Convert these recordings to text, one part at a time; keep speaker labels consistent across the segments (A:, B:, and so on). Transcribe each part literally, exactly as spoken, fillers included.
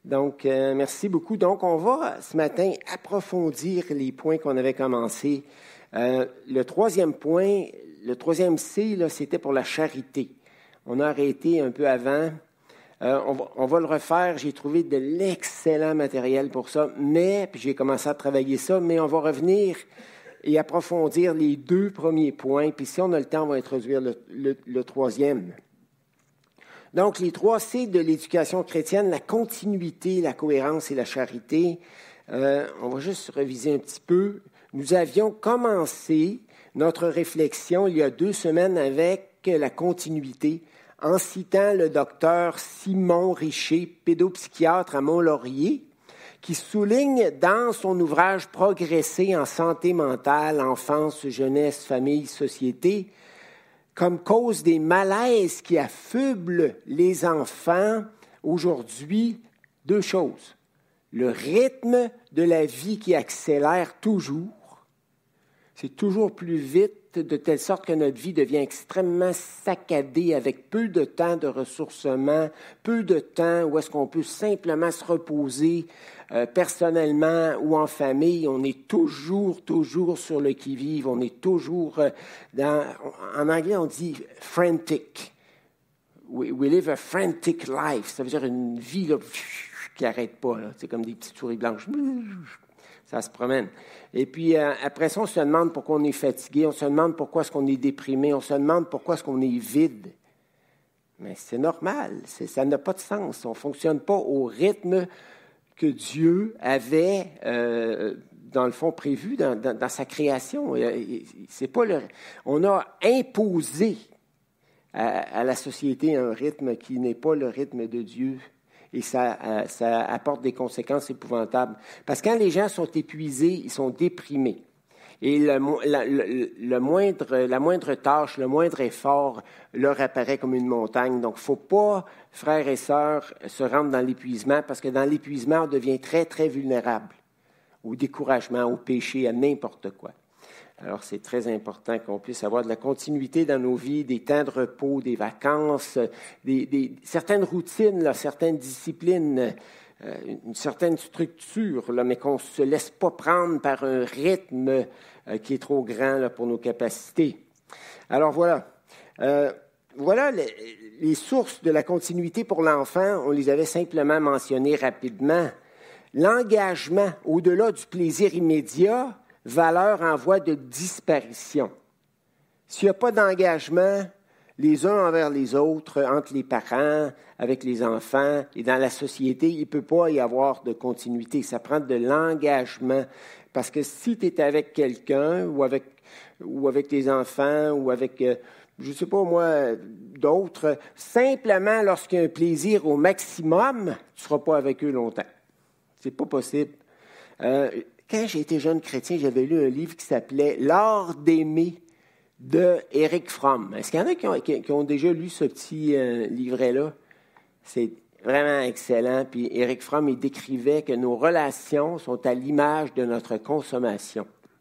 A: Donc, euh, merci beaucoup. Donc, on va ce matin approfondir les points qu'on avait commencés. Euh, le troisième point, le troisième C, là, c'était pour la charité. On a arrêté un peu avant. Euh, on, va, on va le refaire. J'ai trouvé de l'excellent matériel pour ça, mais, puis j'ai commencé à travailler ça, mais on va revenir et approfondir les deux premiers points. Puis si on a le temps, on va introduire le, le, le troisième. Donc, les trois C de l'éducation chrétienne, la continuité, la cohérence et la charité. Euh, on va juste reviser un petit peu. Nous avions commencé notre réflexion il y a deux semaines avec la continuité, en citant le docteur Simon Richer, pédopsychiatre à Mont-Laurier, qui souligne dans son ouvrage « Progresser en santé mentale, enfance, jeunesse, famille, société », comme cause des malaises qui affublent les enfants aujourd'hui, deux choses. Le rythme de la vie qui accélère toujours. C'est toujours plus vite, de telle sorte que notre vie devient extrêmement saccadée avec peu de temps de ressourcement, peu de temps où est-ce qu'on peut simplement se reposer euh, personnellement ou en famille. On est toujours, toujours sur le qui-vive. On est toujours euh, dans... En anglais, on dit « frantic ». We, we live a frantic life. Ça veut dire une vie là, qui n'arrête pas. Là. C'est comme des petites souris blanches. Ça se promène. Et puis, euh, après ça, on se demande pourquoi on est fatigué, on se demande pourquoi est-ce qu'on est déprimé, on se demande pourquoi est-ce qu'on est vide. Mais c'est normal, c'est, ça n'a pas de sens. On ne fonctionne pas au rythme que Dieu avait, euh, dans le fond, prévu dans, dans, dans sa création. C'est pas le, on a imposé à, à la société un rythme qui n'est pas le rythme de Dieu. Et ça, euh, ça apporte des conséquences épouvantables. Parce que quand les gens sont épuisés, ils sont déprimés. Et le, la, le, le moindre, la moindre tâche, le moindre effort leur apparaît comme une montagne. Donc, il ne faut pas, frères et sœurs, se rendre dans l'épuisement, parce que dans l'épuisement, on devient très, très vulnérable au découragement, au péché, à n'importe quoi. Alors, c'est très important qu'on puisse avoir de la continuité dans nos vies, des temps de repos, des vacances, des, des, certaines routines, là, certaines disciplines, euh, une certaine structure, là, mais qu'on ne se laisse pas prendre par un rythme euh, qui est trop grand là, pour nos capacités. Alors, voilà. Euh, voilà les, les sources de la continuité pour l'enfant. On les avait simplement mentionnées rapidement. L'engagement, au-delà du plaisir immédiat, valeur en voie de disparition. S'il n'y a pas d'engagement, les uns envers les autres, entre les parents, avec les enfants et dans la société, il ne peut pas y avoir de continuité. Ça prend de l'engagement. Parce que si tu es avec quelqu'un ou avec, ou avec tes enfants ou avec, euh, je ne sais pas moi, d'autres, simplement lorsqu'il y a un plaisir au maximum, tu ne seras pas avec eux longtemps. C'est pas possible. Euh, Quand j'ai été jeune chrétien, j'avais lu un livre qui s'appelait « L'art d'aimer » de Erich Fromm. Est-ce qu'il y en a qui ont, qui, qui ont déjà lu ce petit euh, livret-là? C'est vraiment excellent. Puis Erich Fromm, il décrivait que nos relations sont à l'image de notre consommation.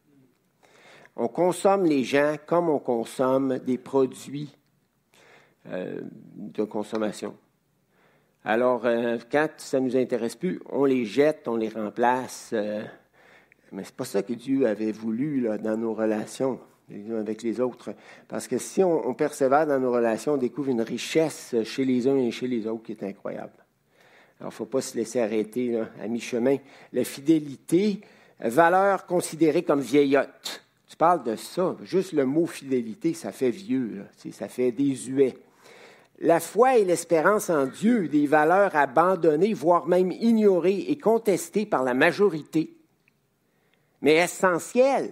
A: On consomme les gens comme on consomme des produits euh, de consommation. Alors, euh, quand ça ne nous intéresse plus, on les jette, on les remplace... Euh, Mais ce n'est pas ça que Dieu avait voulu là, dans nos relations les uns avec les autres. Parce que si on, on persévère dans nos relations, on découvre une richesse chez les uns et chez les autres qui est incroyable. Alors, il ne faut pas se laisser arrêter là, à mi-chemin. La fidélité, valeur considérée comme vieillotte. Tu parles de ça. Juste le mot fidélité, ça fait vieux, là, ça fait désuet. La foi et l'espérance en Dieu, des valeurs abandonnées, voire même ignorées et contestées par la majorité. Mais essentiel.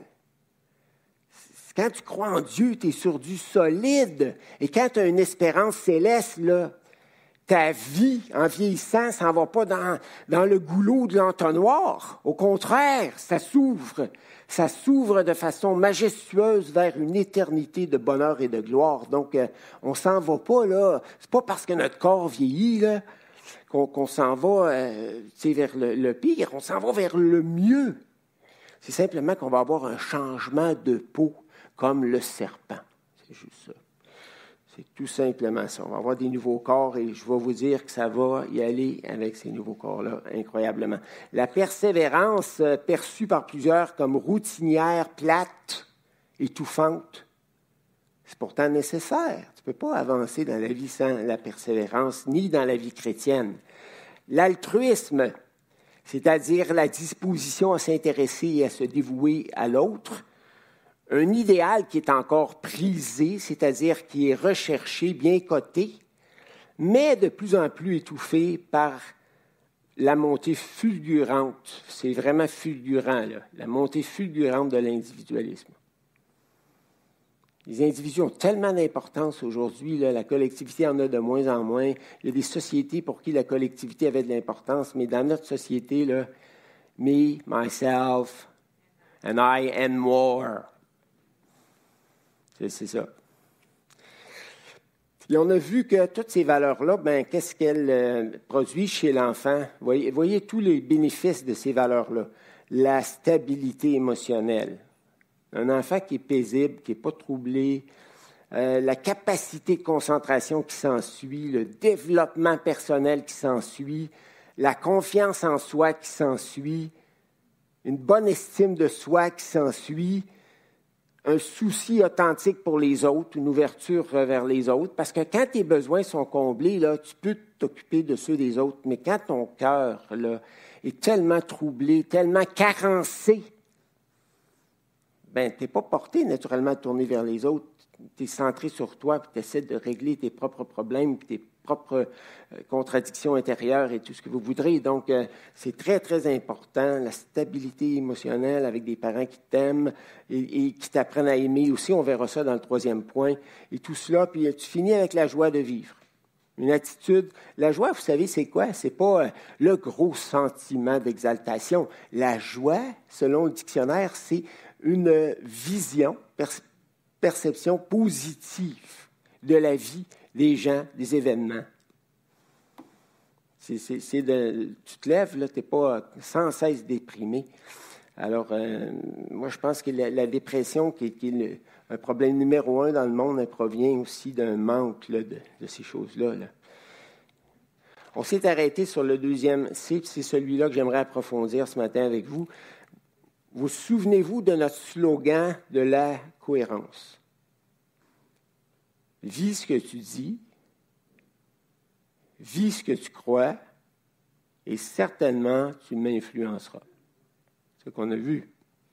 A: Quand tu crois en Dieu, tu es sur du solide. Et quand tu as une espérance céleste, là, ta vie, en vieillissant, ça ne va pas dans, dans le goulot de l'entonnoir. Au contraire, ça s'ouvre. Ça s'ouvre de façon majestueuse vers une éternité de bonheur et de gloire. Donc, euh, on ne s'en va pas, là. C'est pas parce que notre corps vieillit, là, qu'on, qu'on s'en va euh, vers le, le pire. On s'en va vers le mieux. C'est simplement qu'on va avoir un changement de peau, comme le serpent. C'est juste ça. C'est tout simplement ça. On va avoir des nouveaux corps et je vais vous dire que ça va y aller avec ces nouveaux corps-là, incroyablement. La persévérance, euh, perçue par plusieurs comme routinière, plate, étouffante, c'est pourtant nécessaire. Tu ne peux pas avancer dans la vie sans la persévérance, ni dans la vie chrétienne. L'altruisme, c'est-à-dire la disposition à s'intéresser et à se dévouer à l'autre, un idéal qui est encore prisé, c'est-à-dire qui est recherché, bien coté, mais de plus en plus étouffé par la montée fulgurante. C'est vraiment fulgurant, là, la montée fulgurante de l'individualisme. Les individus ont tellement d'importance aujourd'hui, là, la collectivité en a de moins en moins. Il y a des sociétés pour qui la collectivité avait de l'importance, mais dans notre société, là, me, myself, and I, and more. C'est, c'est ça. Et on a vu que toutes ces valeurs-là, ben, qu'est-ce qu'elles euh, produisent chez l'enfant? Voyez, voyez tous les bénéfices de ces valeurs-là. La stabilité émotionnelle. Un enfant qui est paisible, qui n'est pas troublé, euh, la capacité de concentration qui s'ensuit, le développement personnel qui s'ensuit, la confiance en soi qui s'ensuit, une bonne estime de soi qui s'ensuit, un souci authentique pour les autres, une ouverture vers les autres, parce que quand tes besoins sont comblés, là, tu peux t'occuper de ceux des autres, mais quand ton cœur là, est tellement troublé, tellement carencé, ben, tu n'es pas porté naturellement à tourner vers les autres. Tu es centré sur toi, puis tu essaies de régler tes propres problèmes, puis tes propres euh, contradictions intérieures et tout ce que vous voudrez. Donc, euh, c'est très, très important, la stabilité émotionnelle avec des parents qui t'aiment et, et qui t'apprennent à aimer aussi. On verra ça dans le troisième point. Et tout cela, puis tu finis avec la joie de vivre. Une attitude. La joie, vous savez, c'est quoi? C'est pas euh, le gros sentiment d'exaltation. La joie, selon le dictionnaire, c'est une vision, per- perception positive de la vie, des gens, des événements. C'est, c'est, c'est de, tu te lèves, là, tu n'es pas sans cesse déprimé. Alors, euh, moi, je pense que la, la dépression, qui est, qui est le, un problème numéro un dans le monde, elle provient aussi d'un manque là, de, de ces choses-là. Là. On s'est arrêté sur le deuxième C, c'est celui-là que j'aimerais approfondir ce matin avec vous. Vous souvenez-vous de notre slogan de la cohérence? Vis ce que tu dis, vis ce que tu crois, et certainement tu m'influenceras. C'est ce qu'on a vu.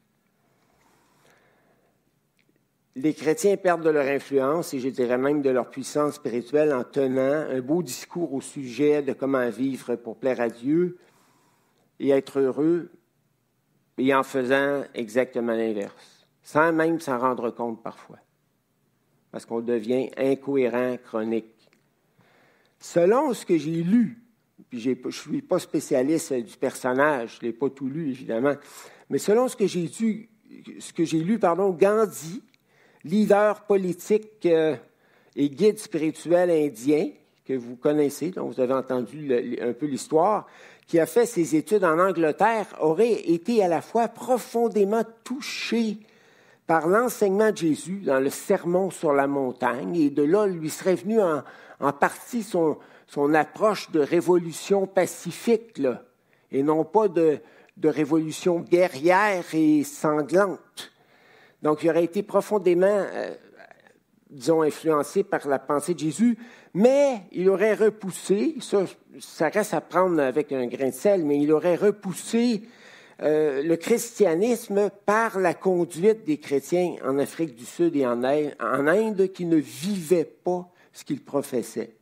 A: Les chrétiens perdent de leur influence, et je dirais même de leur puissance spirituelle, en tenant un beau discours au sujet de comment vivre pour plaire à Dieu et être heureux, et en faisant exactement l'inverse, sans même s'en rendre compte parfois, parce qu'on devient incohérent, chronique. Selon ce que j'ai lu, puis j'ai, je ne suis pas spécialiste du personnage, je ne l'ai pas tout lu, évidemment, mais selon ce que j'ai lu, ce que j'ai lu, pardon, Gandhi, leader politique euh, et guide spirituel indien, que vous connaissez, dont vous avez entendu le, un peu l'histoire, qui a fait ses études en Angleterre, aurait été à la fois profondément touché par l'enseignement de Jésus dans le Sermon sur la montagne, et de là, lui serait venu en, en partie son, son approche de révolution pacifique, là, et non pas de, de révolution guerrière et sanglante. Donc, il aurait été profondément, euh, disons, influencé par la pensée de Jésus, mais il aurait repoussé, ça, ça reste à prendre avec un grain de sel, mais il aurait repoussé euh, le christianisme par la conduite des chrétiens en Afrique du Sud et en Inde, en Inde qui ne vivaient pas ce qu'ils professaient.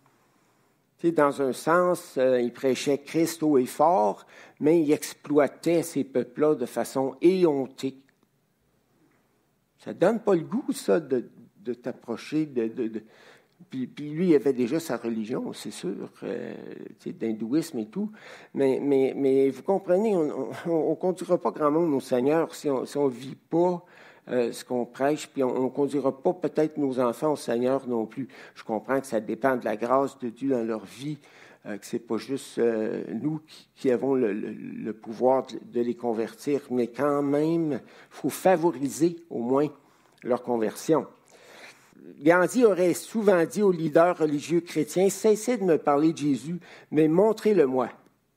A: Tu sais, dans un sens, euh, il prêchait Christ haut et fort, mais il exploitait ces peuples-là de façon éhontée. Ça ne donne pas le goût, ça, de, de t'approcher de... de, de Puis, puis lui, il avait déjà sa religion, c'est sûr, euh, d'hindouisme et tout. Mais, mais, mais vous comprenez, on ne conduira pas grand monde au Seigneur si on ne vit pas euh, ce qu'on prêche, puis on ne conduira pas peut-être nos enfants au Seigneur non plus. Je comprends que ça dépend de la grâce de Dieu dans leur vie, euh, que ce n'est pas juste euh, nous qui, qui avons le, le, le pouvoir de, de les convertir, mais quand même, il faut favoriser au moins leur conversion. Gandhi aurait souvent dit aux leaders religieux chrétiens, « Cessez de me parler de Jésus, mais montrez-le-moi. »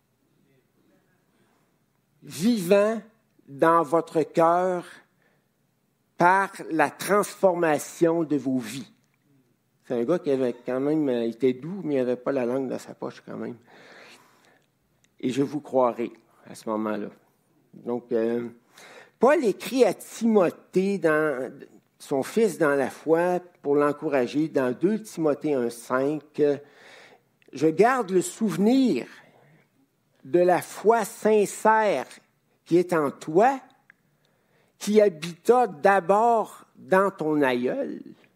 A: Vivant dans votre cœur par la transformation de vos vies. C'est un gars qui avait quand même, il était doux, mais il n'avait pas la langue dans sa poche quand même. Et je vous croirai à ce moment-là. Donc, euh, Paul écrit à Timothée, dans, son fils dans la foi, pour l'encourager, dans deux Timothée un cinq, euh, « Je garde le souvenir de la foi sincère qui est en toi, qui habita d'abord dans ton aïeul.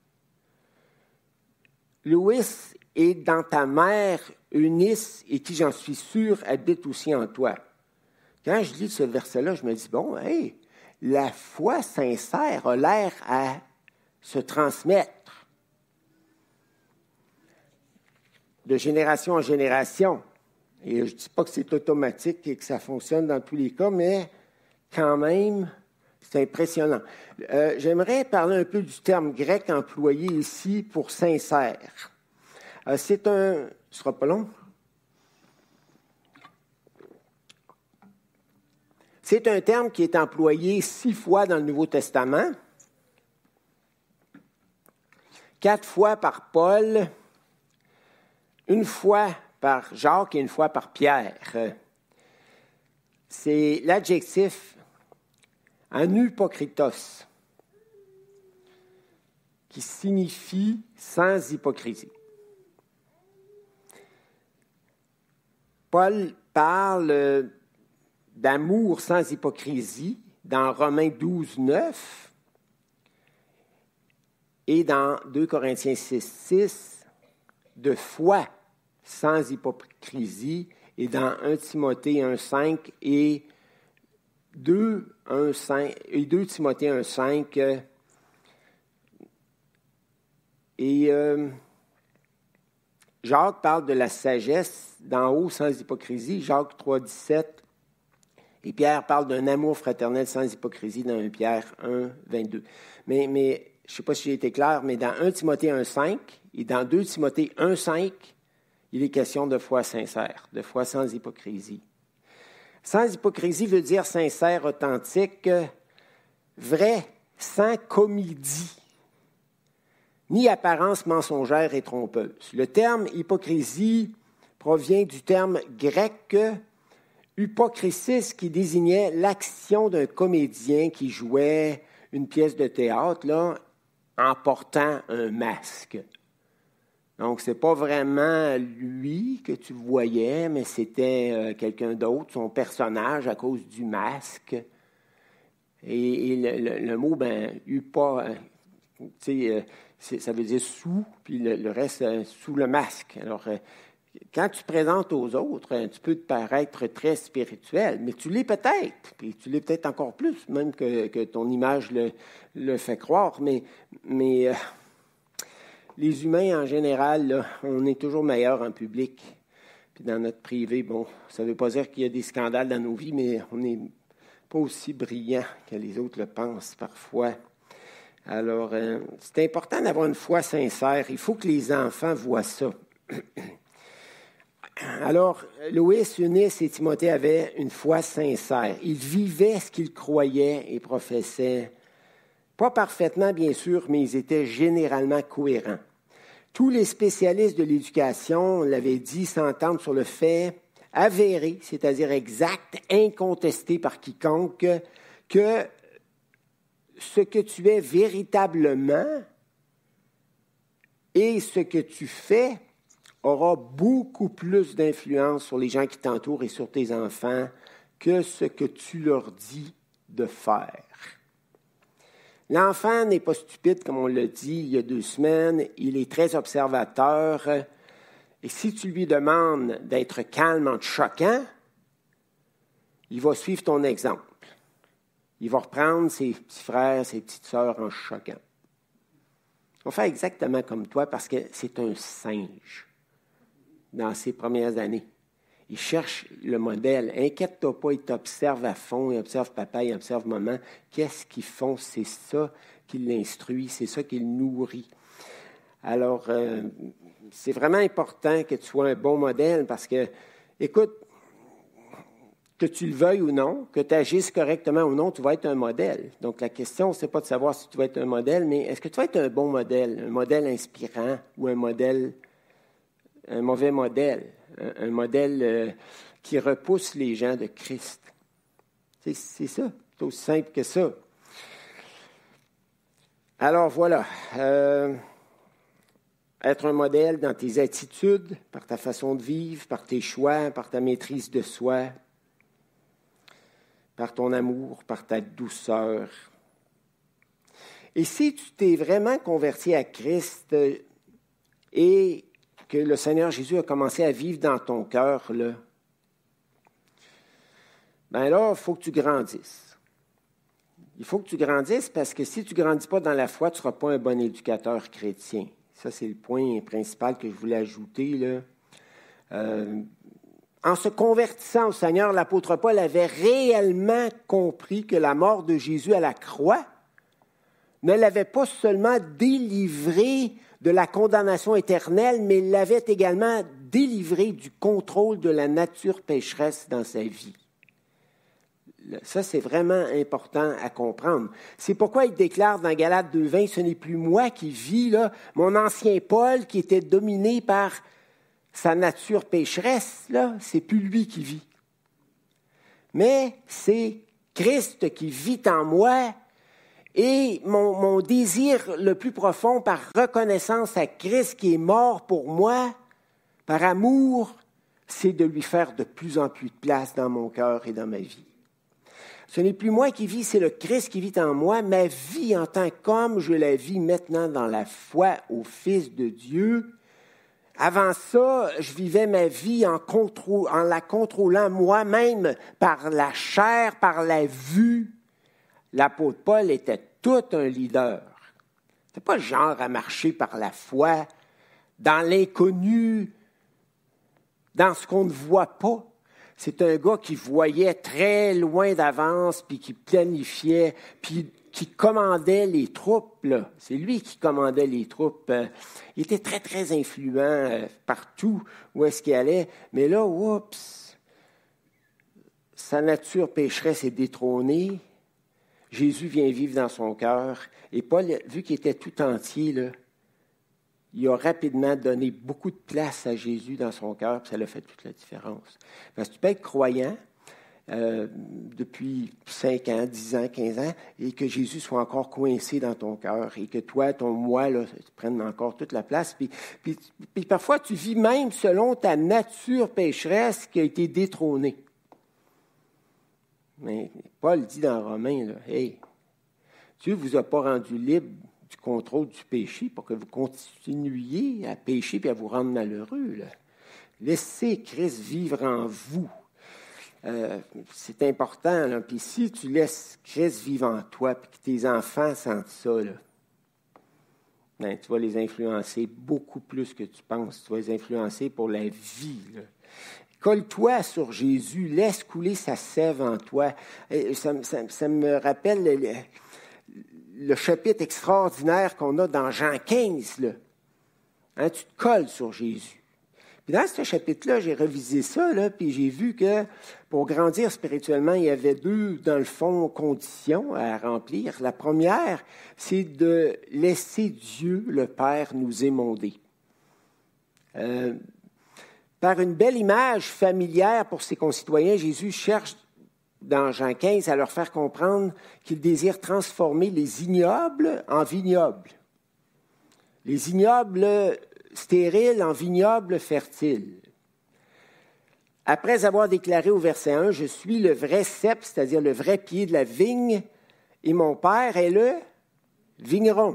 A: Louis est dans ta mère, Eunice, et qui, j'en suis sûr, habite aussi en toi. » Quand je lis ce verset-là, je me dis, bon, hey, la foi sincère a l'air à se transmettre de génération en génération. Et je ne dis pas que c'est automatique et que ça fonctionne dans tous les cas, mais quand même, c'est impressionnant. Euh, j'aimerais parler un peu du terme grec employé ici pour sincère. Euh, c'est un... Ce sera pas long. C'est un terme qui est employé six fois dans le Nouveau Testament, quatre fois par Paul, une fois par Jacques et une fois par Pierre. C'est l'adjectif anupokritos, qui signifie sans hypocrisie. Paul parle d'amour sans hypocrisie dans Romains douze, neuf et dans deux Corinthiens six, six, de foi sans hypocrisie et dans un Timothée un, cinq et deux, un, cinq, et deux Timothée un, cinq. Et euh, Jacques parle de la sagesse d'en haut sans hypocrisie, Jacques trois, dix-sept. Et Pierre parle d'un amour fraternel sans hypocrisie dans un Pierre un, vingt-deux. Mais, mais je ne sais pas si j'ai été clair, mais dans un Timothée un, cinq et dans deux Timothée un, cinq, il est question de foi sincère, de foi sans hypocrisie. Sans hypocrisie veut dire sincère, authentique, vrai, sans comédie, ni apparence mensongère et trompeuse. Le terme hypocrisie provient du terme grec hypokrisis, qui désignait l'action d'un comédien qui jouait une pièce de théâtre là, en portant un masque. Donc, ce n'est pas vraiment lui que tu voyais, mais c'était euh, quelqu'un d'autre, son personnage, à cause du masque. Et, et le, le, le mot, ben, hypo, euh, tu sais, euh, ça veut dire sous, puis le, le reste, euh, sous le masque. Alors, euh, quand tu te présentes aux autres, euh, tu peux te paraître très spirituel, mais tu l'es peut-être, puis tu l'es peut-être encore plus, même que, que ton image le, le fait croire, mais... mais euh, les humains, en général, là, on est toujours meilleurs en public. Puis dans notre privé, bon, ça ne veut pas dire qu'il y a des scandales dans nos vies, mais on n'est pas aussi brillants que les autres le pensent parfois. Alors, euh, c'est important d'avoir une foi sincère. Il faut que les enfants voient ça. Alors, Louis, Eunice et Timothée avaient une foi sincère. Ils vivaient ce qu'ils croyaient et professaient. Pas parfaitement, bien sûr, mais ils étaient généralement cohérents. Tous les spécialistes de l'éducation, on l'avait dit, s'entendent sur le fait avéré, c'est-à-dire exact, incontesté par quiconque, que ce que tu es véritablement et ce que tu fais aura beaucoup plus d'influence sur les gens qui t'entourent et sur tes enfants que ce que tu leur dis de faire. L'enfant n'est pas stupide, comme on l'a dit il y a deux semaines. Il est très observateur. Et si tu lui demandes d'être calme en te choquant, il va suivre ton exemple. Il va reprendre ses petits frères, ses petites sœurs en choquant. Il va faire exactement comme toi parce que c'est un singe dans ses premières années. Il cherche le modèle. Inquiète-toi pas, il t'observe à fond, il observe papa, il observe maman. Qu'est-ce qu'ils font? C'est ça qui l'instruit, c'est ça qui le nourrit. Alors, euh, c'est vraiment important que tu sois un bon modèle parce que, écoute, que tu le veuilles ou non, que tu agisses correctement ou non, tu vas être un modèle. Donc, la question, ce n'est pas de savoir si tu vas être un modèle, mais est-ce que tu vas être un bon modèle, un modèle inspirant ou un modèle, un mauvais modèle, un, un modèle euh, qui repousse les gens de Christ. C'est, c'est ça, c'est aussi simple que ça. Alors, voilà. Euh, être un modèle dans tes attitudes, par ta façon de vivre, par tes choix, par ta maîtrise de soi, par ton amour, par ta douceur. Et si tu t'es vraiment converti à Christ et que le Seigneur Jésus a commencé à vivre dans ton cœur, là, bien là, il faut que tu grandisses. Il faut que tu grandisses parce que si tu ne grandis pas dans la foi, tu ne seras pas un bon éducateur chrétien. Ça, c'est le point principal que je voulais ajouter, là. Euh, En se convertissant au Seigneur, l'apôtre Paul avait réellement compris que la mort de Jésus à la croix ne l'avait pas seulement délivré de la condamnation éternelle, mais l'avait également délivré du contrôle de la nature pécheresse dans sa vie. Ça, c'est vraiment important à comprendre. C'est pourquoi il déclare dans Galates deux vingt, « Ce n'est plus moi qui vis, là, mon ancien Paul qui était dominé par sa nature pécheresse, là, c'est plus lui qui vit. Mais c'est Christ qui vit en moi et mon, mon désir le plus profond par reconnaissance à Christ qui est mort pour moi, par amour, c'est de lui faire de plus en plus de place dans mon cœur et dans ma vie. Ce n'est plus moi qui vis, c'est le Christ qui vit en moi. Ma vie en tant qu'homme, je la vis maintenant dans la foi au Fils de Dieu. Avant ça, je vivais ma vie en, contrôle, en la contrôlant moi-même par la chair, par la vue. L'apôtre Paul était tout un leader. Ce n'est pas le genre à marcher par la foi, dans l'inconnu, dans ce qu'on ne voit pas. C'est un gars qui voyait très loin d'avance, puis qui planifiait, puis qui commandait les troupes, là. C'est lui qui commandait les troupes. Il était très, très influent partout où est-ce qu'il allait. Mais là, oups, sa nature pécheresse est détrônée. Jésus vient vivre dans son cœur. Et Paul, vu qu'il était tout entier, là, il a rapidement donné beaucoup de place à Jésus dans son cœur, puis ça a fait toute la différence. Parce que tu peux être croyant, Euh, depuis cinq ans, dix ans, quinze ans, et que Jésus soit encore coincé dans ton cœur, et que toi, ton moi, là, prenne encore toute la place. Puis, puis, puis parfois, tu vis même selon ta nature pécheresse qui a été détrônée. Mais Paul dit dans Romains, là, « Hey, Dieu ne vous a pas rendu libre du contrôle du péché pour que vous continuiez à pécher et à vous rendre malheureux. Là. Laissez Christ vivre en vous. » Euh, c'est important. Là. Puis si tu laisses Christ vivre en toi et que tes enfants sentent ça, là, ben, tu vas les influencer beaucoup plus que tu penses. Tu vas les influencer pour la vie. Là. Colle-toi sur Jésus. Laisse couler sa sève en toi. Et ça, ça, ça me rappelle le, le chapitre extraordinaire qu'on a dans Jean quinze. Là. Hein, tu te colles sur Jésus. Puis dans ce chapitre-là, j'ai revisé ça, là, puis j'ai vu que pour grandir spirituellement, il y avait deux, dans le fond, conditions à remplir. La première, c'est de laisser Dieu, le Père, nous émonder. Euh, par une belle image familière pour ses concitoyens, Jésus cherche, dans Jean quinze, à leur faire comprendre qu'il désire transformer les ignobles en vignobles. Les ignobles stérile en vignoble fertile. Après avoir déclaré au verset un, « Je suis le vrai cep, c'est-à-dire le vrai pied de la vigne, et mon Père est le vigneron. »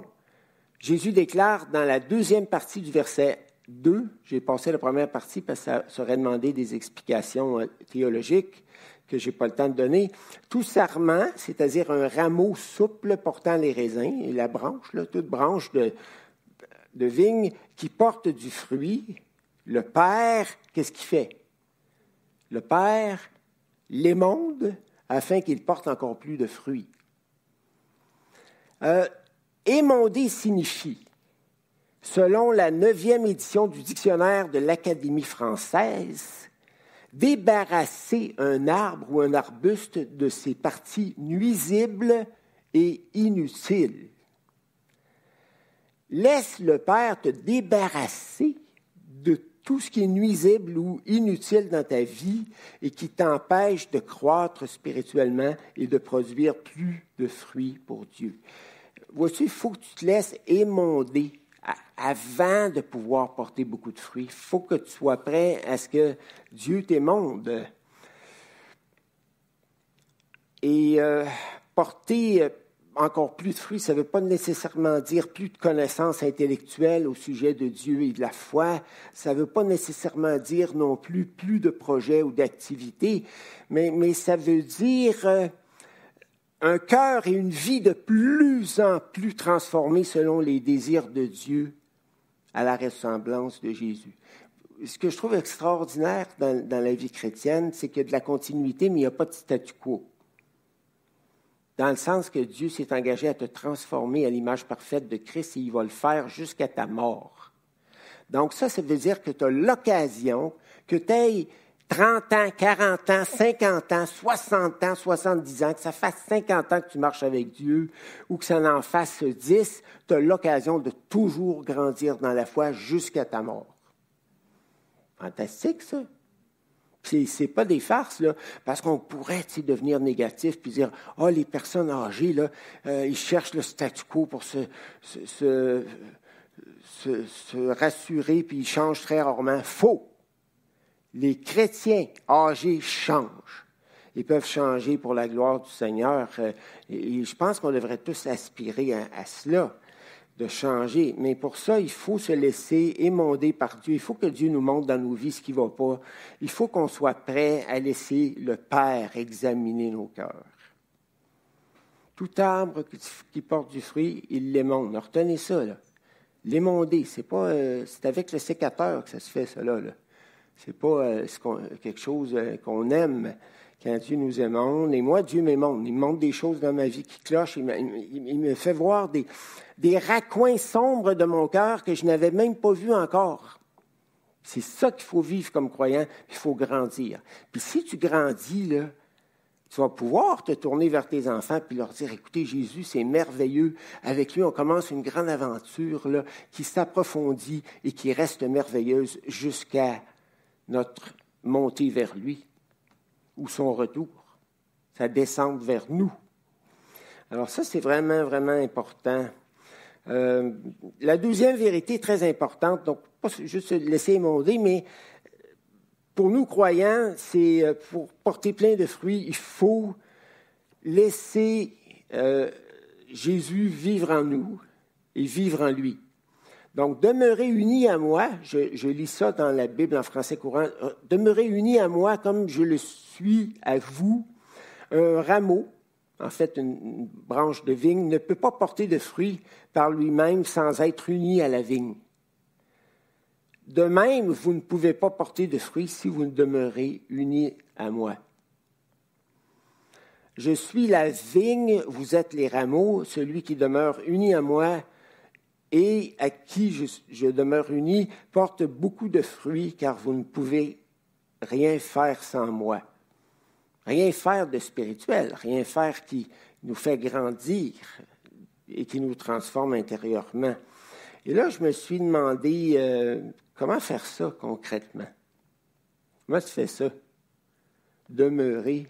A: Jésus déclare dans la deuxième partie du verset deux, j'ai passé la première partie parce que ça serait demandé des explications théologiques que je n'ai pas le temps de donner. Tout sarment, c'est-à-dire un rameau souple portant les raisins, et la branche, là, toute branche de de vigne qui porte du fruit, le Père, qu'est-ce qu'il fait? Le Père l'émonde afin qu'il porte encore plus de fruits. Euh, émonder signifie selon la neuvième édition du dictionnaire de l'Académie française, débarrasser un arbre ou un arbuste de ses parties nuisibles et inutiles. Laisse le Père te débarrasser de tout ce qui est nuisible ou inutile dans ta vie et qui t'empêche de croître spirituellement et de produire plus de fruits pour Dieu. Vois-tu, il faut que tu te laisses émonder avant de pouvoir porter beaucoup de fruits. Il faut que tu sois prêt à ce que Dieu t'émonde. Et euh, porter encore plus de fruits, ça ne veut pas nécessairement dire plus de connaissances intellectuelles au sujet de Dieu et de la foi. Ça ne veut pas nécessairement dire non plus plus de projets ou d'activités, mais, mais ça veut dire euh, un cœur et une vie de plus en plus transformés selon les désirs de Dieu à la ressemblance de Jésus. Ce que je trouve extraordinaire dans, dans la vie chrétienne, c'est qu'il y a de la continuité, mais il n'y a pas de statu quo. Dans le sens que Dieu s'est engagé à te transformer à l'image parfaite de Christ et il va le faire jusqu'à ta mort. Donc ça, ça veut dire que tu as l'occasion, que tu aies trente ans, quarante ans, cinquante ans, soixante ans, soixante-dix ans, que ça fasse cinquante ans que tu marches avec Dieu ou que ça en fasse dix, tu as l'occasion de toujours grandir dans la foi jusqu'à ta mort. Fantastique, ça. Puis c'est pas des farces, là, parce qu'on pourrait devenir négatif puis dire « Ah, oh, les personnes âgées, là, euh, ils cherchent le statu quo pour se, se, se, se, se rassurer puis ils changent très rarement. » Faux! Les chrétiens âgés changent. Ils peuvent changer pour la gloire du Seigneur. Et je pense qu'on devrait tous aspirer à, à cela, de changer. Mais pour ça, il faut se laisser émonder par Dieu. Il faut que Dieu nous montre dans nos vies ce qui ne va pas. Il faut qu'on soit prêt à laisser le Père examiner nos cœurs. Tout arbre qui porte du fruit, il l'émonde. Retenez ça, là. L'émonder, c'est pas, euh, c'est avec le sécateur que ça se fait, ça, là. là. C'est pas euh, ce qu'on, quelque chose euh, qu'on aime quand Dieu nous émonde. Et moi, Dieu m'émonde. Il me montre des choses dans ma vie qui clochent. Il me, il, il me fait voir des, des raccoins sombres de mon cœur que je n'avais même pas vus encore. C'est ça qu'il faut vivre comme croyant. Il faut grandir. Puis si tu grandis, là, tu vas pouvoir te tourner vers tes enfants puis leur dire, écoutez, Jésus, c'est merveilleux. Avec lui, on commence une grande aventure là, qui s'approfondit et qui reste merveilleuse jusqu'à notre montée vers lui ou son retour, sa descente vers nous. Alors ça, c'est vraiment, vraiment important. Euh, la deuxième vérité très importante, donc pas juste se laisser émonder, mais pour nous croyants, c'est pour porter plein de fruits, il faut laisser euh, Jésus vivre en nous et vivre en lui. Donc, demeurez unis à moi, je, je lis ça dans la Bible en français courant, demeurez unis à moi comme je le suis à vous. Un rameau, en fait une, une branche de vigne, ne peut pas porter de fruits par lui-même sans être uni à la vigne. De même, vous ne pouvez pas porter de fruits si vous ne demeurez unis à moi. Je suis la vigne, vous êtes les rameaux, celui qui demeure uni à moi et à qui je, je demeure uni porte beaucoup de fruits, car vous ne pouvez rien faire sans moi. Rien faire de spirituel, rien faire qui nous fait grandir et qui nous transforme intérieurement. Et là, je me suis demandé, euh, comment faire ça concrètement? Comment tu fais ça? Demeurer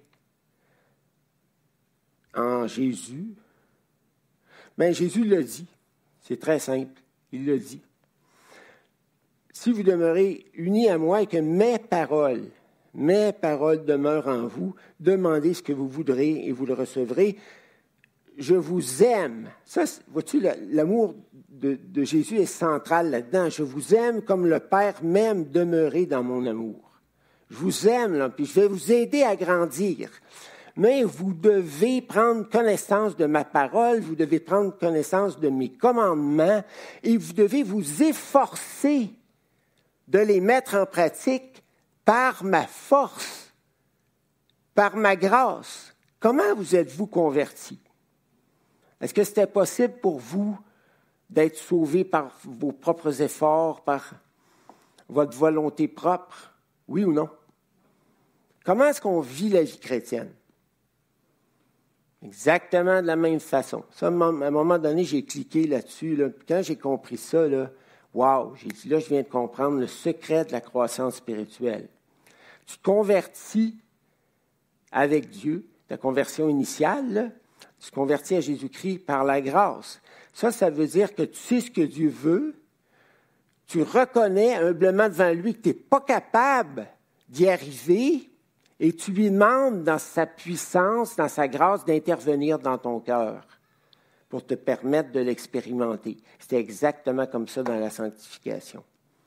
A: en Jésus? Bien, Jésus l'a dit. C'est très simple. Il l'a dit. Si vous demeurez unis à moi et que mes paroles, mes paroles demeurent en vous, demandez ce que vous voudrez et vous le recevrez. Je vous aime. Ça, vois-tu, l'amour de, de Jésus est central là-dedans. Je vous aime comme le Père m'aime, demeurer dans mon amour. Je vous aime, là, puis je vais vous aider à grandir. Mais vous devez prendre connaissance de ma parole, vous devez prendre connaissance de mes commandements et vous devez vous efforcer de les mettre en pratique par ma force, par ma grâce. Comment vous êtes-vous convertis? Est-ce que c'était possible pour vous d'être sauvé par vos propres efforts, par votre volonté propre? Oui ou non? Comment est-ce qu'on vit la vie chrétienne? Exactement de la même façon. Ça, à un moment donné, j'ai cliqué là-dessus. Là. Quand j'ai compris ça, là, wow, j'ai dit, là, je viens de comprendre le secret de la croissance spirituelle. Tu te convertis avec Dieu, ta conversion initiale, là, tu te convertis à Jésus-Christ par la grâce. Ça, ça veut dire que tu sais ce que Dieu veut, tu reconnais humblement devant lui que tu n'es pas capable d'y arriver, et tu lui demandes dans sa puissance, dans sa grâce, d'intervenir dans ton cœur pour te permettre de l'expérimenter. C'était exactement comme ça dans la sanctification.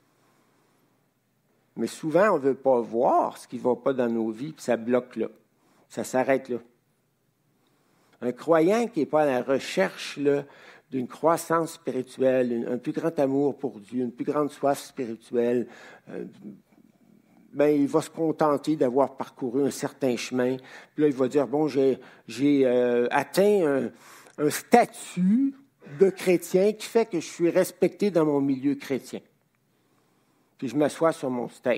A: Mais souvent, on ne veut pas voir ce qui ne va pas dans nos vies, puis ça bloque là. Ça s'arrête là. Un croyant qui n'est pas à la recherche là, d'une croissance spirituelle, une, un plus grand amour pour Dieu, une plus grande soif spirituelle, euh, ben, il va se contenter d'avoir parcouru un certain chemin. Puis là, il va dire, bon, j'ai, j'ai euh, atteint un, un statut de chrétien qui fait que je suis respecté dans mon milieu chrétien. Puis je m'assois sur mon steak.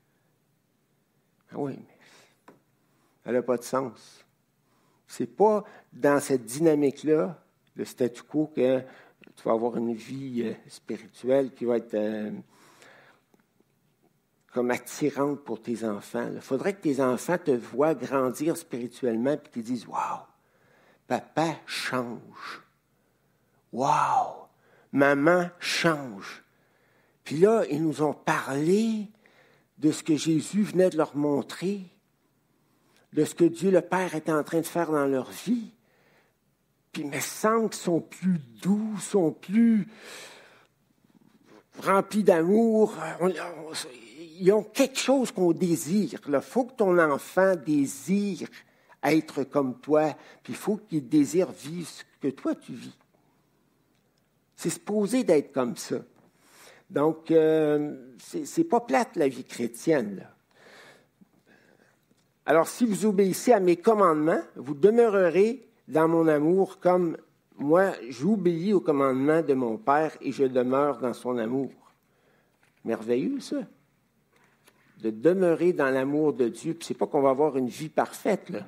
A: Ah oui, mais ça n'a pas de sens. C'est pas dans cette dynamique-là, le statu quo, que tu vas avoir une vie euh, spirituelle qui va être... Euh, comme attirante pour tes enfants. Il faudrait que tes enfants te voient grandir spirituellement et qu'ils disent « Wow, papa change. Wow, maman change. » Puis là, ils nous ont parlé de ce que Jésus venait de leur montrer, de ce que Dieu le Père était en train de faire dans leur vie. Puis il me semble qu'ils sont plus doux, sont plus remplis d'amour. On, on, Ils ont quelque chose qu'on désire. Il faut que ton enfant désire être comme toi, puis il faut qu'il désire vivre ce que toi tu vis. C'est supposé d'être comme ça. Donc, euh, c'est, c'est pas plate la vie chrétienne, là. Alors, si vous obéissez à mes commandements, vous demeurerez dans mon amour comme moi, j'obéis aux commandements de mon Père et je demeure dans son amour. Merveilleux, ça. De demeurer dans l'amour de Dieu. Puis c'est pas qu'on va avoir une vie parfaite, là.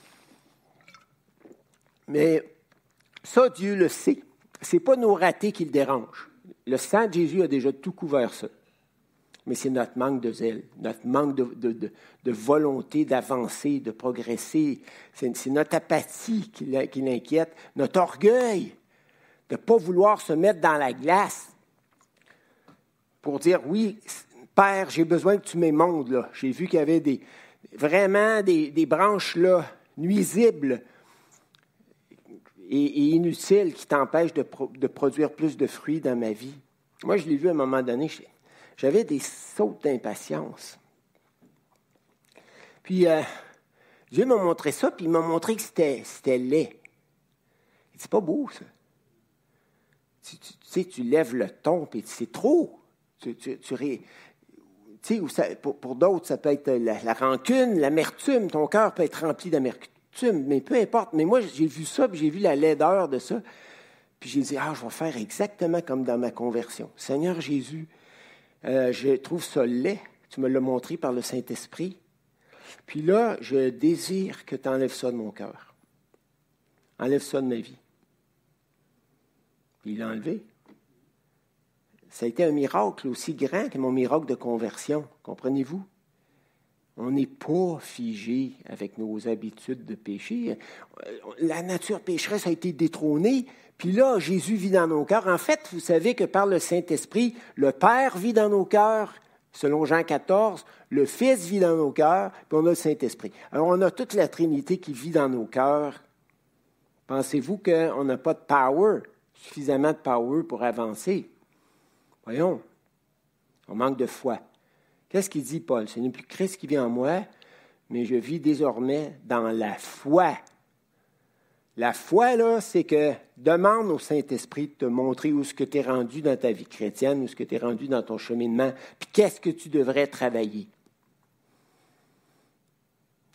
A: Mais ça, Dieu le sait. C'est pas nos ratés qui le dérangent. Le sang de Jésus a déjà tout couvert ça. Mais c'est notre manque de zèle, notre manque de, de, de, de volonté d'avancer, de progresser. C'est, c'est notre apathie qui, qui l'inquiète, notre orgueil de ne pas vouloir se mettre dans la glace pour dire, oui, Père, j'ai besoin que tu m'émondes, là. J'ai vu qu'il y avait des, vraiment des, des branches là, nuisibles et, et inutiles qui t'empêchent de, pro, de produire plus de fruits dans ma vie. Moi, je l'ai vu à un moment donné, j'avais des sautes d'impatience. Puis, euh, Dieu m'a montré ça, puis il m'a montré que c'était, c'était laid. Il dit, c'est pas beau, ça. Tu, tu, tu sais, tu lèves le ton, puis c'est trop. Tu, tu, tu ré... Tu sais, ça, pour, pour d'autres, ça peut être la, la rancune, l'amertume. Ton cœur peut être rempli d'amertume, mais peu importe. Mais moi, j'ai vu ça, puis j'ai vu la laideur de ça. Puis j'ai dit, ah, je vais faire exactement comme dans ma conversion. Seigneur Jésus, euh, je trouve ça laid. Tu me l'as montré par le Saint-Esprit. Puis là, je désire que tu enlèves ça de mon cœur. Enlève ça de ma vie. Puis il l'a enlevé. Ça a été un miracle aussi grand que mon miracle de conversion. Comprenez-vous? On n'est pas figé avec nos habitudes de péché. La nature pécheresse a été détrônée. Puis là, Jésus vit dans nos cœurs. En fait, vous savez que par le Saint-Esprit, le Père vit dans nos cœurs, selon Jean quatorze, le Fils vit dans nos cœurs, puis on a le Saint-Esprit. Alors, on a toute la Trinité qui vit dans nos cœurs. Pensez-vous qu'on n'a pas de power, suffisamment de power pour avancer? Voyons, on manque de foi. Qu'est-ce qu'il dit, Paul? Ce n'est plus Christ qui vit en moi, mais je vis désormais dans la foi. La foi, là, c'est que demande au Saint-Esprit de te montrer où est-ce que tu es rendu dans ta vie chrétienne, où est-ce que tu es rendu dans ton cheminement, puis qu'est-ce que tu devrais travailler.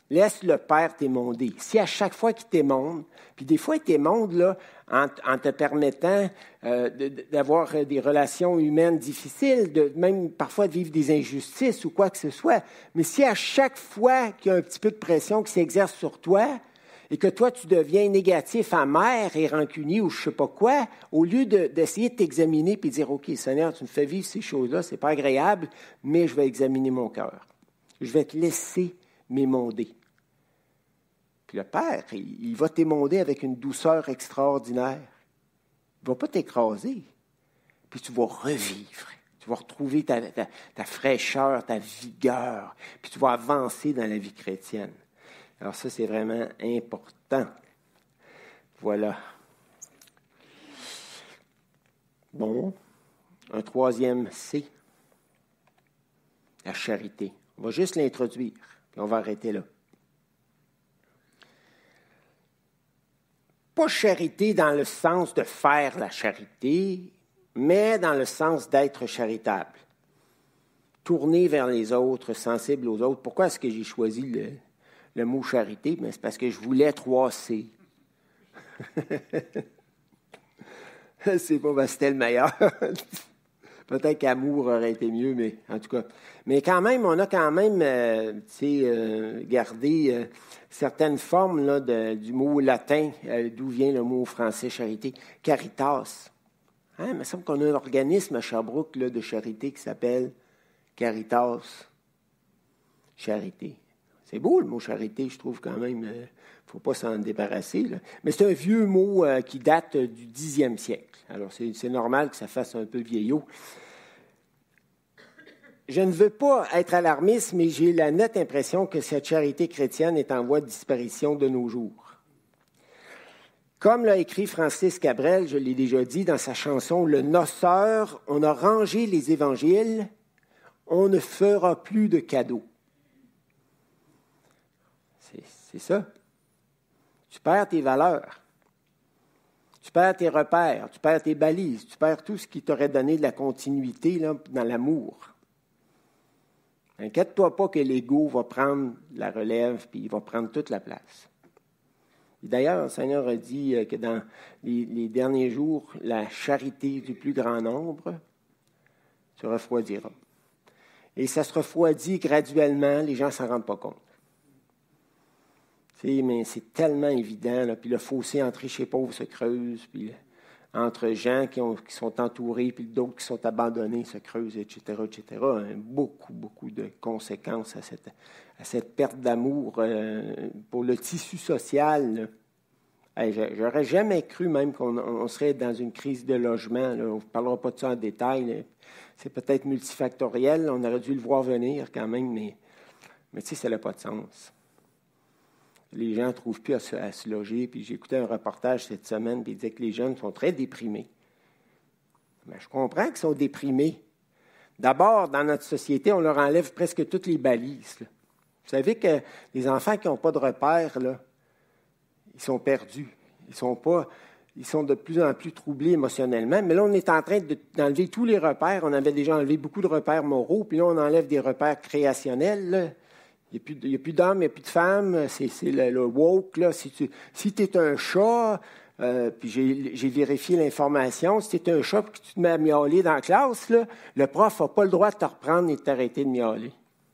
A: Laisse le Père t'émonder. Si à chaque fois qu'il t'émonde, puis des fois il t'émonde là, en, en te permettant euh, de, d'avoir des relations humaines difficiles, de, même parfois de vivre des injustices ou quoi que ce soit, mais si à chaque fois qu'il y a un petit peu de pression qui s'exerce sur toi, et que toi, tu deviens négatif, amer et rancunier ou je ne sais pas quoi, au lieu de, d'essayer de t'examiner et de dire, OK, Seigneur, tu me fais vivre ces choses-là, ce n'est pas agréable, mais je vais examiner mon cœur. Je vais te laisser m'émonder. Puis le Père, il, il va t'émonder avec une douceur extraordinaire. Il ne va pas t'écraser. Puis tu vas revivre. Tu vas retrouver ta, ta, ta fraîcheur, ta vigueur. Puis tu vas avancer dans la vie chrétienne. Alors ça, c'est vraiment important. Voilà. Bon, un troisième C, la charité. On va juste l'introduire, puis on va arrêter là. Pas charité dans le sens de faire la charité, mais dans le sens d'être charitable. Tourner vers les autres, sensible aux autres. Pourquoi est-ce que j'ai choisi le... Le mot charité, mais c'est parce que je voulais trois C. C'est pas parce que c'était le meilleur. Peut-être qu'amour aurait été mieux, mais en tout cas. Mais quand même, on a quand même euh, euh, gardé euh, certaines formes là, de, du mot latin, euh, d'où vient le mot français charité. Caritas. Hein, il me semble qu'on a un organisme à Sherbrooke là, de charité qui s'appelle Caritas. Charité. C'est beau le mot charité, je trouve quand même. Il euh, ne faut pas s'en débarrasser. Là. Mais c'est un vieux mot euh, qui date euh, du dixième siècle. Alors c'est, c'est normal que ça fasse un peu vieillot. Je ne veux pas être alarmiste, mais j'ai la nette impression que cette charité chrétienne est en voie de disparition de nos jours. Comme l'a écrit Francis Cabrel, je l'ai déjà dit dans sa chanson « Le noceur, on a rangé les évangiles, on ne fera plus de cadeaux. » C'est, c'est ça. Tu perds tes valeurs. Tu perds tes repères, tu perds tes balises, tu perds tout ce qui t'aurait donné de la continuité là, dans l'amour. Inquiète-toi pas que l'ego va prendre la relève puis il va prendre toute la place. Et d'ailleurs, le Seigneur a dit que dans les, les derniers jours, la charité du plus grand nombre se refroidira. Et ça se refroidit graduellement, les gens ne s'en rendent pas compte. Tu sais, mais c'est tellement évident, là, puis le fossé entre riches et pauvres se creuse, puis entre gens qui, ont, qui sont entourés, puis d'autres qui sont abandonnés se creuse, et cetera, et cetera. Hein, beaucoup, beaucoup de conséquences à cette, à cette perte d'amour euh, pour le tissu social. Hey, j'aurais jamais cru même qu'on on serait dans une crise de logement. Là. On ne parlera pas de ça en détail. Là. C'est peut-être multifactoriel. On aurait dû le voir venir quand même, mais, mais tu sais, ça n'a pas de sens. Les gens ne trouvent plus à se, à se loger. Puis j'ai écouté un reportage cette semaine, puis il disait que les jeunes sont très déprimés. Mais je comprends qu'ils sont déprimés. D'abord, dans notre société, on leur enlève presque toutes les balises. Là. Vous savez que les enfants qui n'ont pas de repères, là, ils sont perdus. Ils sont pas, ils sont de plus en plus troublés émotionnellement. Mais là, on est en train de, d'enlever tous les repères. On avait déjà enlevé beaucoup de repères moraux, puis là, on enlève des repères créationnels, là. Il n'y a, a plus d'hommes, il n'y a plus de femmes. C'est, c'est le, le woke. Là. Si tu si es un chat, euh, puis j'ai, j'ai vérifié l'information, si tu es un chat et que tu te mets à miauler dans la classe, là, le prof n'a pas le droit de te reprendre et de t'arrêter de miauler.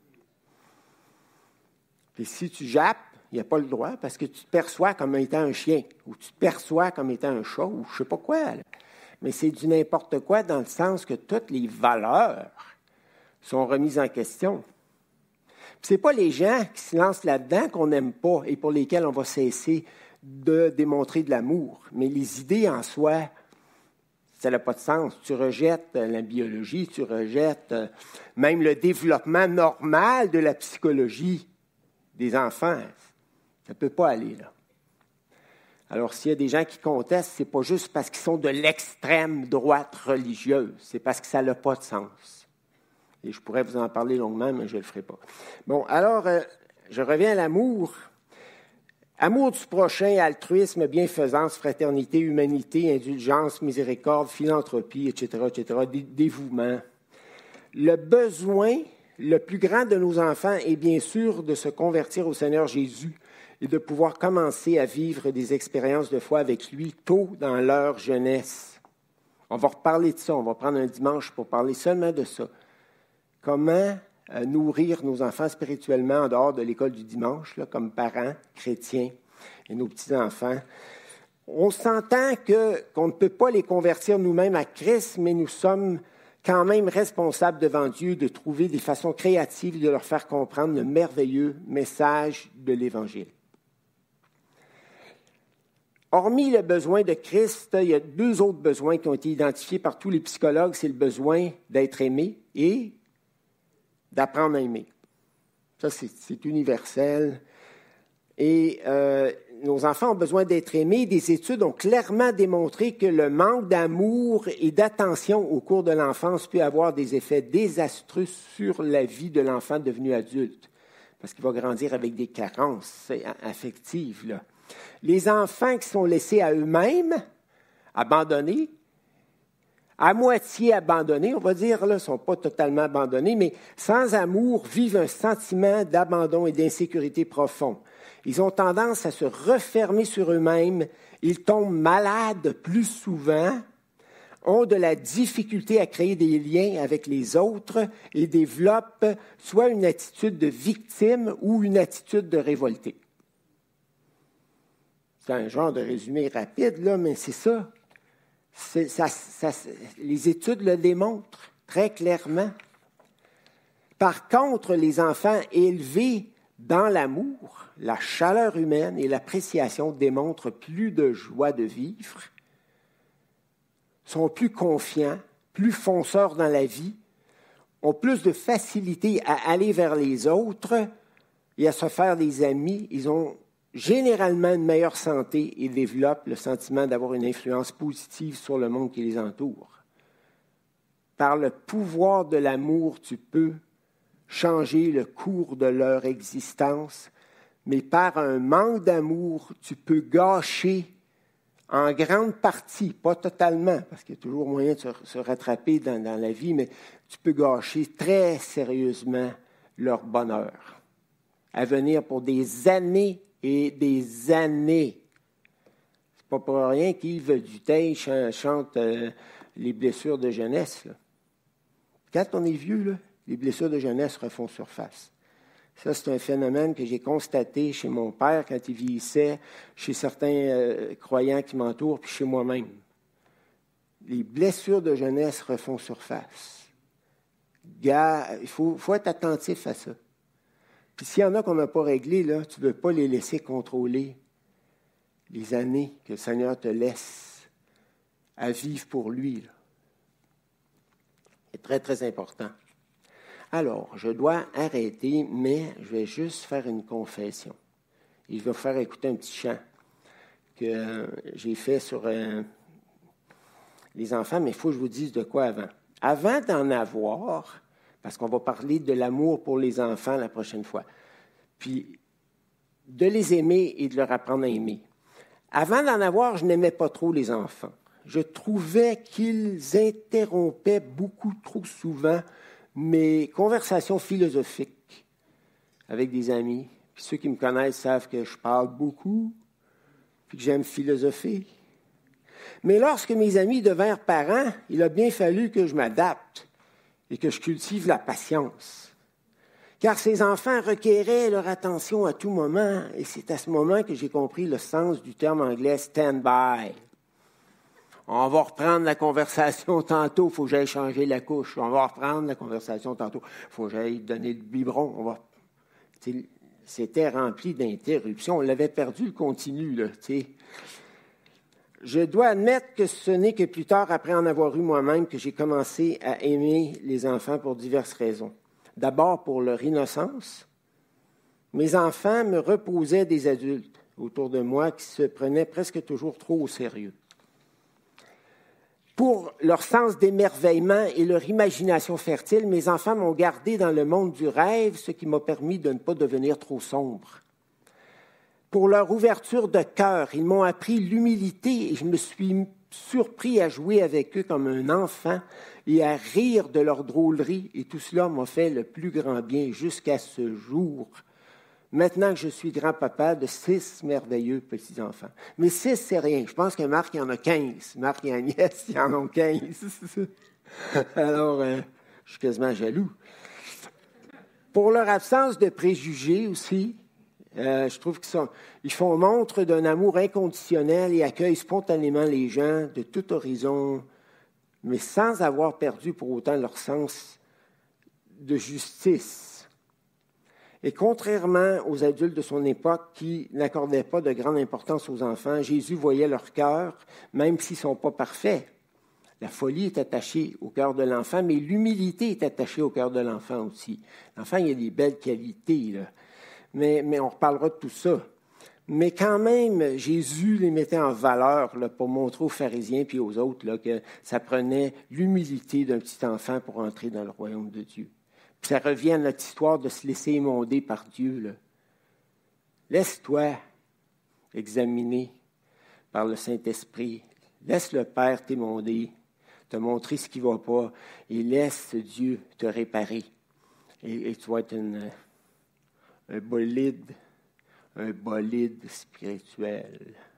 A: Puis si tu jappes, il n'y a pas le droit parce que tu te perçois comme étant un chien ou tu te perçois comme étant un chat ou je ne sais pas quoi. Là. Mais c'est du n'importe quoi dans le sens que toutes les valeurs sont remises en question. Ce n'est pas les gens qui se lancent là-dedans qu'on n'aime pas et pour lesquels on va cesser de démontrer de l'amour. Mais les idées en soi, ça n'a pas de sens. Tu rejettes la biologie, tu rejettes même le développement normal de la psychologie des enfants. Ça ne peut pas aller là. Alors, s'il y a des gens qui contestent, ce n'est pas juste parce qu'ils sont de l'extrême droite religieuse. C'est parce que ça n'a pas de sens. Et je pourrais vous en parler longuement, mais je ne le ferai pas. Bon, alors, euh, je reviens à l'amour. Amour du prochain, altruisme, bienfaisance, fraternité, humanité, indulgence, miséricorde, philanthropie, et cetera, et cetera, dé- dévouement. Le besoin le plus grand de nos enfants est bien sûr de se convertir au Seigneur Jésus et de pouvoir commencer à vivre des expériences de foi avec lui tôt dans leur jeunesse. On va reparler de ça, on va prendre un dimanche pour parler seulement de ça. Comment euh, nourrir nos enfants spirituellement en dehors de l'école du dimanche, là, comme parents chrétiens et nos petits-enfants. On s'entend que, qu'on ne peut pas les convertir nous-mêmes à Christ, mais nous sommes quand même responsables devant Dieu de trouver des façons créatives de leur faire comprendre le merveilleux message de l'Évangile. Hormis le besoin de Christ, il y a deux autres besoins qui ont été identifiés par tous les psychologues. C'est le besoin d'être aimé et d'apprendre à aimer. Ça, c'est, c'est universel. Et euh, nos enfants ont besoin d'être aimés. Des études ont clairement démontré que le manque d'amour et d'attention au cours de l'enfance peut avoir des effets désastreux sur la vie de l'enfant devenu adulte, parce qu'il va grandir avec des carences affectives, là. Les enfants qui sont laissés à eux-mêmes, abandonnés, à moitié abandonnés, on va dire, là, ne sont pas totalement abandonnés, mais sans amour, vivent un sentiment d'abandon et d'insécurité profond. Ils ont tendance à se refermer sur eux-mêmes, ils tombent malades plus souvent, ont de la difficulté à créer des liens avec les autres et développent soit une attitude de victime ou une attitude de révolté. C'est un genre de résumé rapide, là, mais c'est ça. C'est, ça, ça. Les études le démontrent très clairement. Par contre, les enfants élevés dans l'amour, la chaleur humaine et l'appréciation démontrent plus de joie de vivre, sont plus confiants, plus fonceurs dans la vie, ont plus de facilité à aller vers les autres et à se faire des amis. Ils ont généralement une meilleure santé et développent le sentiment d'avoir une influence positive sur le monde qui les entoure. Par le pouvoir de l'amour, tu peux changer le cours de leur existence, mais par un manque d'amour, tu peux gâcher en grande partie, pas totalement, parce qu'il y a toujours moyen de se, se rattraper dans, dans la vie, mais tu peux gâcher très sérieusement leur bonheur à venir pour des années et des années. C'est pas pour rien qu'Yves Duteil chante euh, les blessures de jeunesse, là. Quand on est vieux, là, les blessures de jeunesse refont surface. Ça, c'est un phénomène que j'ai constaté chez mon père quand il vieillissait, chez certains euh, croyants qui m'entourent, puis chez moi-même. Les blessures de jeunesse refont surface. Gars, il faut, faut être attentif à ça. Puis s'il y en a qu'on n'a pas réglé, là, tu ne veux pas les laisser contrôler les années que le Seigneur te laisse à vivre pour lui, là. C'est très, très important. Alors, je dois arrêter, mais je vais juste faire une confession. Et je vais vous faire écouter un petit chant que euh, j'ai fait sur euh, les enfants, mais il faut que je vous dise de quoi avant. Avant d'en avoir, parce qu'on va parler de l'amour pour les enfants la prochaine fois, puis de les aimer et de leur apprendre à aimer. Avant d'en avoir, je n'aimais pas trop les enfants. Je trouvais qu'ils interrompaient beaucoup trop souvent mes conversations philosophiques avec des amis. Puis ceux qui me connaissent savent que je parle beaucoup, puis que j'aime philosopher. Mais lorsque mes amis devinrent parents, il a bien fallu que je m'adapte et que je cultive la patience. Car ces enfants requéraient leur attention à tout moment, et c'est à ce moment que j'ai compris le sens du terme anglais « stand-by ». On va reprendre la conversation tantôt, il faut que j'aille changer la couche. On va reprendre la conversation tantôt, il faut que j'aille donner le biberon. On va... C'était rempli d'interruptions. On l'avait perdu, le continu, là, t'sais. Je dois admettre que ce n'est que plus tard, après en avoir eu moi-même, que j'ai commencé à aimer les enfants pour diverses raisons. D'abord, pour leur innocence. Mes enfants me reposaient des adultes autour de moi qui se prenaient presque toujours trop au sérieux. Pour leur sens d'émerveillement et leur imagination fertile, mes enfants m'ont gardé dans le monde du rêve, ce qui m'a permis de ne pas devenir trop sombre. Pour leur ouverture de cœur, ils m'ont appris l'humilité et je me suis surpris à jouer avec eux comme un enfant et à rire de leur drôlerie. Et tout cela m'a fait le plus grand bien jusqu'à ce jour. Maintenant que je suis grand-papa de six merveilleux petits-enfants. Mais six, c'est rien. Je pense que Marc, il y en a quinze. Marc et Agnès, ils en ont quinze. Alors, euh, je suis quasiment jaloux. Pour leur absence de préjugés aussi, euh, je trouve qu'ils sont, ils font montre d'un amour inconditionnel et accueillent spontanément les gens de tout horizon, mais sans avoir perdu pour autant leur sens de justice. Et contrairement aux adultes de son époque qui n'accordaient pas de grande importance aux enfants, Jésus voyait leur cœur, même s'ils ne sont pas parfaits. La folie est attachée au cœur de l'enfant, mais l'humilité est attachée au cœur de l'enfant aussi. L'enfant, il a des belles qualités, là. Mais, mais on reparlera de tout ça. Mais quand même, Jésus les mettait en valeur là, pour montrer aux pharisiens puis aux autres là, que ça prenait l'humilité d'un petit enfant pour entrer dans le royaume de Dieu. Puis ça revient à notre histoire de se laisser émonder par Dieu. Là. Laisse-toi examiner par le Saint-Esprit. Laisse le Père t'émonder, te montrer ce qui ne va pas, et laisse Dieu te réparer. Et, et tu vas être une, un bolide, un bolide spirituel.